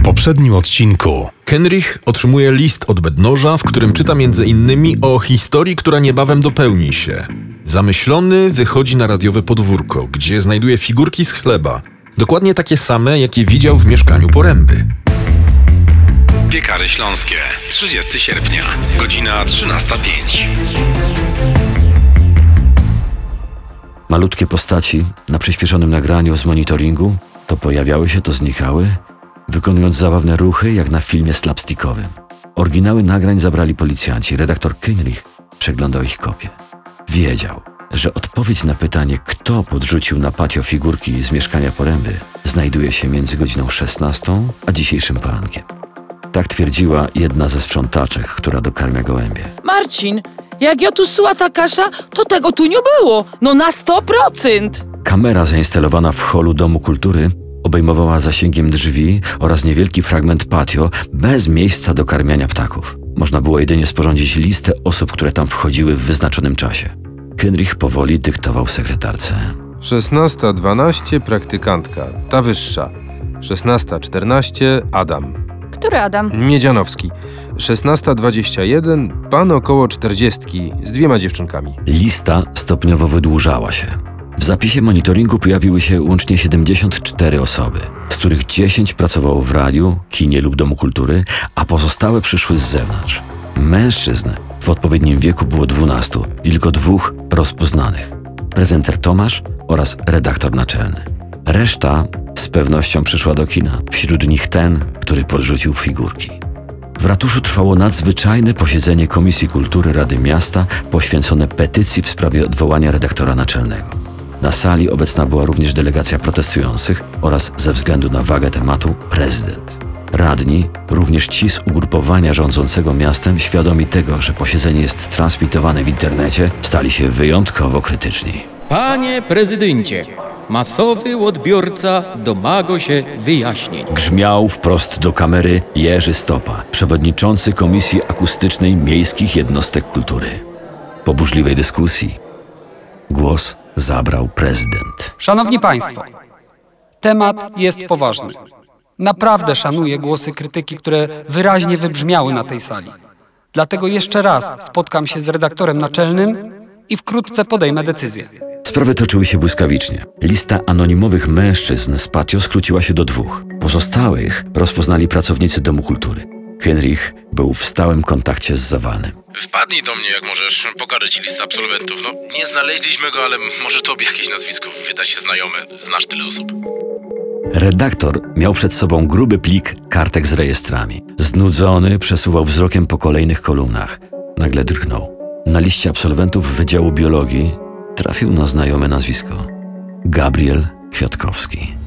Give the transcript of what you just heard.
poprzednim odcinku. Kenrich otrzymuje list od Bednoża, w którym czyta m.in. o historii, która niebawem dopełni się. Zamyślony wychodzi na radiowe podwórko, gdzie znajduje figurki z chleba. Dokładnie takie same, jakie widział w mieszkaniu Poręby. Piekary Śląskie, 30 sierpnia, godzina 13:05. Malutkie postaci na przyspieszonym nagraniu z monitoringu to pojawiały się, to znikały, wykonując zabawne ruchy jak na filmie slapstickowym. Oryginały nagrań zabrali policjanci. Redaktor Kenrich przeglądał ich kopie. Wiedział, że odpowiedź na pytanie, kto podrzucił na patio figurki z mieszkania Poręby, znajduje się między godziną 16 a dzisiejszym porankiem. Tak twierdziła jedna ze sprzątaczek, która dokarmia gołębie. Marcin, jak ja tu suła ta kasza, to tego tu nie było. No na 100%. Kamera zainstalowana w holu Domu Kultury obejmowała zasięgiem drzwi oraz niewielki fragment patio bez miejsca do karmiania ptaków. Można było jedynie sporządzić listę osób, które tam wchodziły w wyznaczonym czasie. Kenrich powoli dyktował sekretarce. 16:12 praktykantka, ta wyższa. 16:14 Adam. Który Adam? Miedzianowski. 16:21 pan około 40 z 2 dziewczynkami. Lista stopniowo wydłużała się. W zapisie monitoringu pojawiły się łącznie 74 osoby, z których 10 pracowało w radiu, kinie lub Domu Kultury, a pozostałe przyszły z zewnątrz. Mężczyzn w odpowiednim wieku było 12 i tylko 2 rozpoznanych. Prezenter Tomasz oraz redaktor naczelny. Reszta z pewnością przyszła do kina, wśród nich ten, który podrzucił figurki. W ratuszu trwało nadzwyczajne posiedzenie Komisji Kultury Rady Miasta poświęcone petycji w sprawie odwołania redaktora naczelnego. Na sali obecna była również delegacja protestujących oraz ze względu na wagę tematu prezydent. Radni, również ci z ugrupowania rządzącego miastem, świadomi tego, że posiedzenie jest transmitowane w internecie, stali się wyjątkowo krytyczni. Panie prezydencie, masowy odbiorca domaga się wyjaśnień. Grzmiał wprost do kamery Jerzy Stopa, przewodniczący Komisji Akustycznej Miejskich Jednostek Kultury. Po burzliwej dyskusji głos zabrał prezydent. Szanowni Państwo, temat jest poważny. Naprawdę szanuję głosy krytyki, które wyraźnie wybrzmiały na tej sali. Dlatego jeszcze raz spotkam się z redaktorem naczelnym i wkrótce podejmę decyzję. Sprawy toczyły się błyskawicznie. Lista anonimowych mężczyzn z patio skróciła się do 2. Pozostałych rozpoznali pracownicy Domu Kultury. Kenrich był w stałym kontakcie z Zawalnym. Wpadnij do mnie, jak możesz. Pokażę ci listę absolwentów. No, nie znaleźliśmy go, ale może tobie jakieś nazwisko wyda się znajome. Znasz tyle osób. Redaktor miał przed sobą gruby plik kartek z rejestrami. Znudzony przesuwał wzrokiem po kolejnych kolumnach. Nagle drgnął. Na liście absolwentów Wydziału Biologii trafił na znajome nazwisko. Gabriel Kwiatkowski.